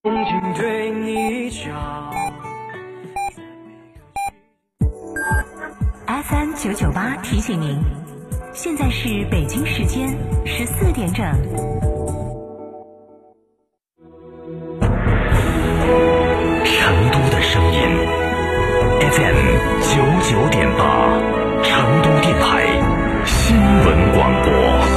对你讲 FM 998提醒您，现在是北京时间14点整。 成都的声音 FM 99.8，成都电台新闻广播。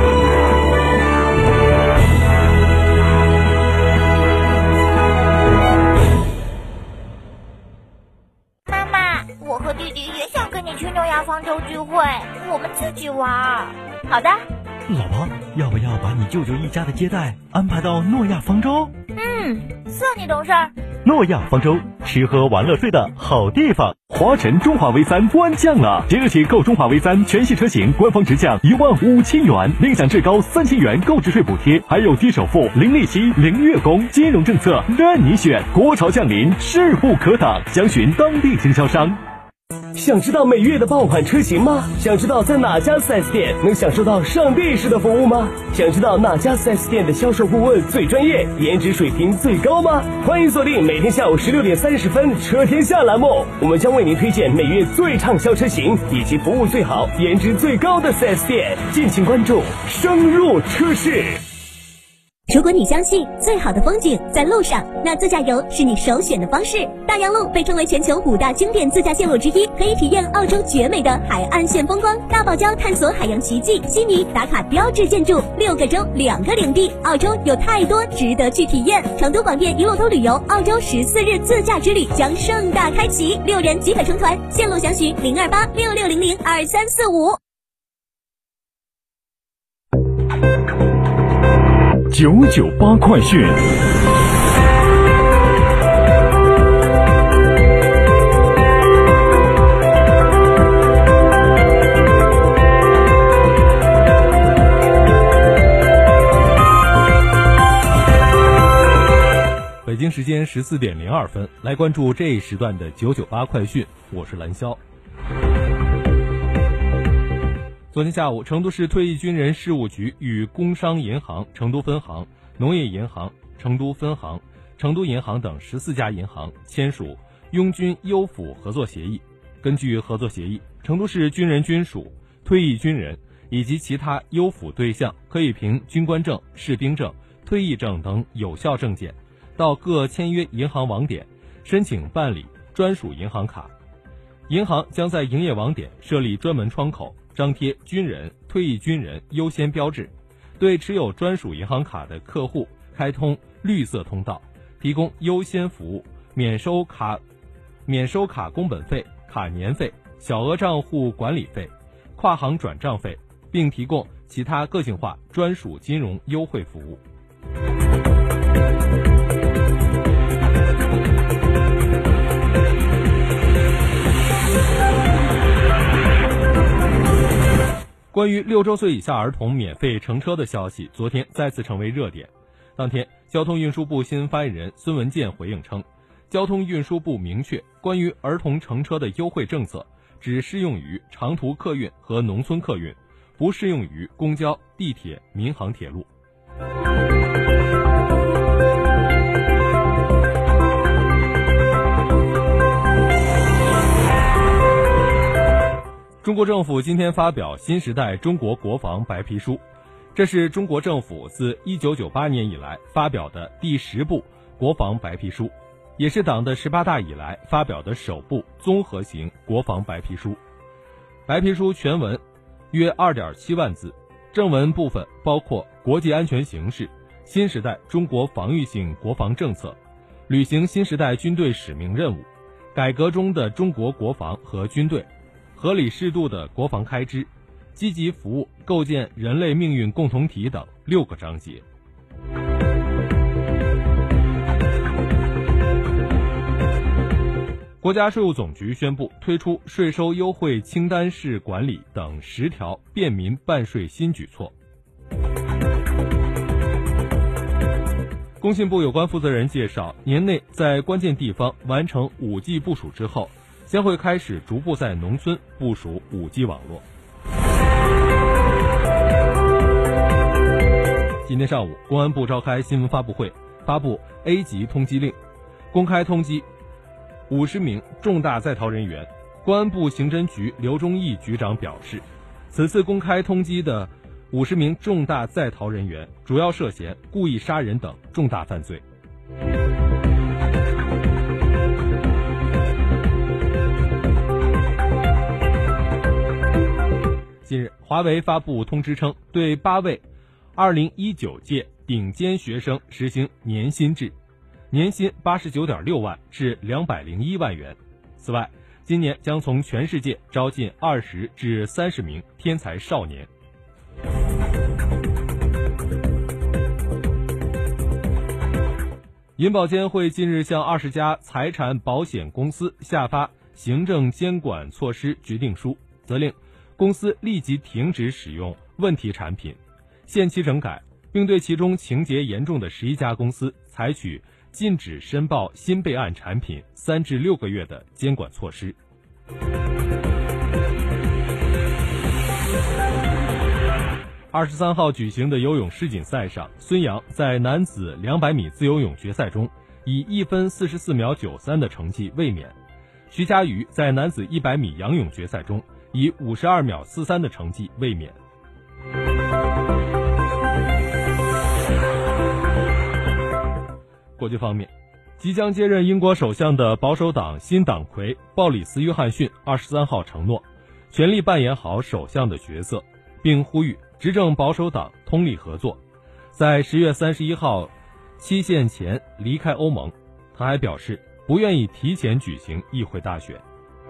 妈妈，我和弟弟也想跟你去诺亚方舟聚会，我们自己玩。好的。 老婆，要不要把你舅舅一家的接待安排到诺亚方舟？ 算你懂事儿。 诺亚方舟，吃喝玩乐睡的好地方。 华晨中华 V3 官降了，即日起购中华 V3 全系车型官方直降15000元，另享至高3000元购置税补贴，还有低首付、零利息、零月供，金融政策任你选。国潮降临，势不可挡，详询当地经销商。 想知道每月的爆款车型吗？想知道在哪家 4S 店能享受到上帝式的服务吗？想知道哪家 4S 店的销售顾问最专业，颜值水平最高吗？欢迎锁定每天下午16点30分车天下栏目，我们将为您推荐每月最畅销车型以及服务最好、颜值最高的 4S 店，敬请关注深入车市。 如果你相信最好的风景在路上，那自驾游是你首选的方式。大洋路被称为全球5大经典自驾线路之一，可以体验澳洲绝美的海岸线风光，大堡礁探索海洋奇迹，悉尼打卡标志建筑，6个州2个领地，澳洲有太多值得去体验。成都广电一路通旅游澳洲14日自驾之旅将盛大开启，6人即可成团，线路详询02866002345。 998快讯。 北京时间14点02分，来关注这一时段的998快讯，我是蓝霄。昨天下午，成都市退役军人事务局与工商银行成都分行、农业银行成都分行、成都银行等14家银行签署拥军优抚合作协议。根据合作协议，成都市军人军属、退役军人以及其他优抚对象可以凭军官证、士兵证、退役证等有效证件，到各签约银行网点申请办理专属银行卡。银行将在营业网点设立专门窗口，张贴军人、退役军人优先标志，对持有专属银行卡的客户开通绿色通道，提供优先服务，免收卡工本费、卡年费、小额账户管理费、跨行转账费，并提供其他个性化专属金融优惠服务。关于6周岁以下儿童免费乘车的消息，昨天再次成为热点。当天，交通运输部新闻发言人孙文健回应称，交通运输部明确，关于儿童乘车的优惠政策只适用于长途客运和农村客运，不适用于公交、地铁、民航铁路。中国政府今天发表新时代中国国防白皮书，这是中国政府自1998年以来发表的第10部国防白皮书，也是党的18大以来发表的首部综合型国防白皮书。白皮书全文约2.7万字，正文部分包括国际安全形势、新时代中国防御性国防政策、履行新时代军队使命任务、改革中的中国国防和军队、合理适度的国防开支、积极服务构建人类命运共同体等6个章节。国家税务总局宣布推出税收优惠清单式管理等10条便民办税新举措。工信部有关负责人介绍，年内在关键地方完成5G 部署之后，将会开始逐步在农村部署5G 网络。今天上午，公安部召开新闻发布会， 发布 A 级通缉令，公开通缉50名重大在逃人员。公安部刑侦局刘忠义局长表示，此次公开通缉的50名重大在逃人员主要涉嫌故意杀人等重大犯罪。近日，华为发布通知称，对8位2019届顶尖学生实行年薪制，年薪89.6万至201万元。此外，今年将从全世界招进20至30名天才少年。银保监会近日向20家财产保险公司下发行政监管措施决定书，责令公司立即停止使用问题产品，限期整改，并对其中情节严重的11家公司采取禁止申报新备案产品3至6个月的监管措施。23号举行的游泳世锦赛上，孙杨在男子200米自由泳决赛中以1分44秒93的成绩卫冕，徐嘉余在男子100米仰泳决赛中以52秒43的成绩卫冕。国际方面，即将接任英国首相的保守党新党魁鲍里斯·约翰逊23号承诺全力扮演好首相的角色，并呼吁执政保守党通力合作，在10月31号期限前离开欧盟。他还表示不愿意提前举行议会大选。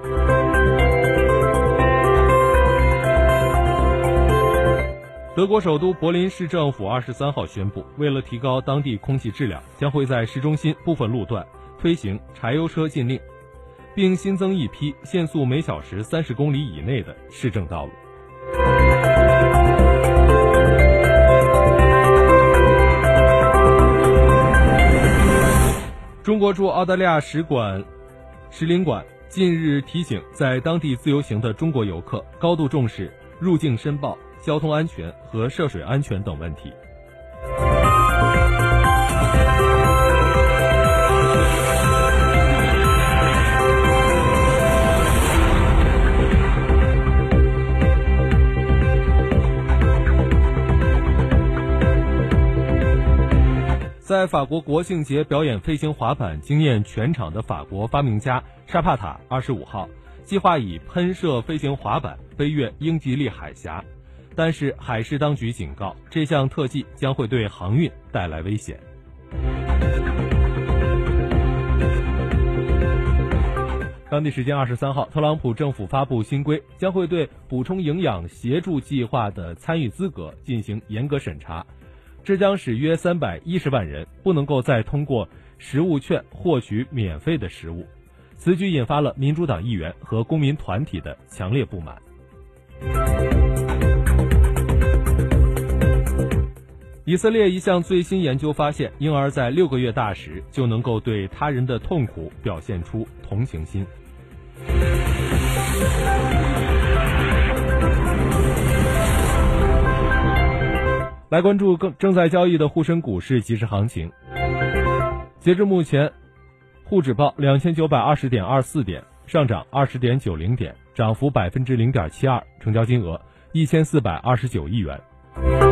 德国首都柏林市政府23号宣布，为了提高当地空气质量，将会在市中心部分路段推行柴油车禁令，并新增一批限速每小时30公里以内的市政道路。中国驻澳大利亚使领馆近日提醒在当地自由行的中国游客高度重视入境申报、交通安全和涉水安全等问题。在法国国庆节表演飞行滑板惊艳全场的法国发明家沙帕塔25号计划以喷射飞行滑板飞越英吉利海峡，但是海事当局警告，这项特技将会对航运带来危险。当地时间23号，特朗普政府发布新规，将会对补充营养协助计划的参与资格进行严格审查，这将使约310万人不能够再通过食物券获取免费的食物。此举引发了民主党议员和公民团体的强烈不满。以色列一项最新研究发现，婴儿在6个月大时就能够对他人的痛苦表现出同情心。来关注正在交易的沪深股市即时行情。截至目前，沪指报2920.24点，上涨20.90点，涨幅0.72%，成交金额1429亿元。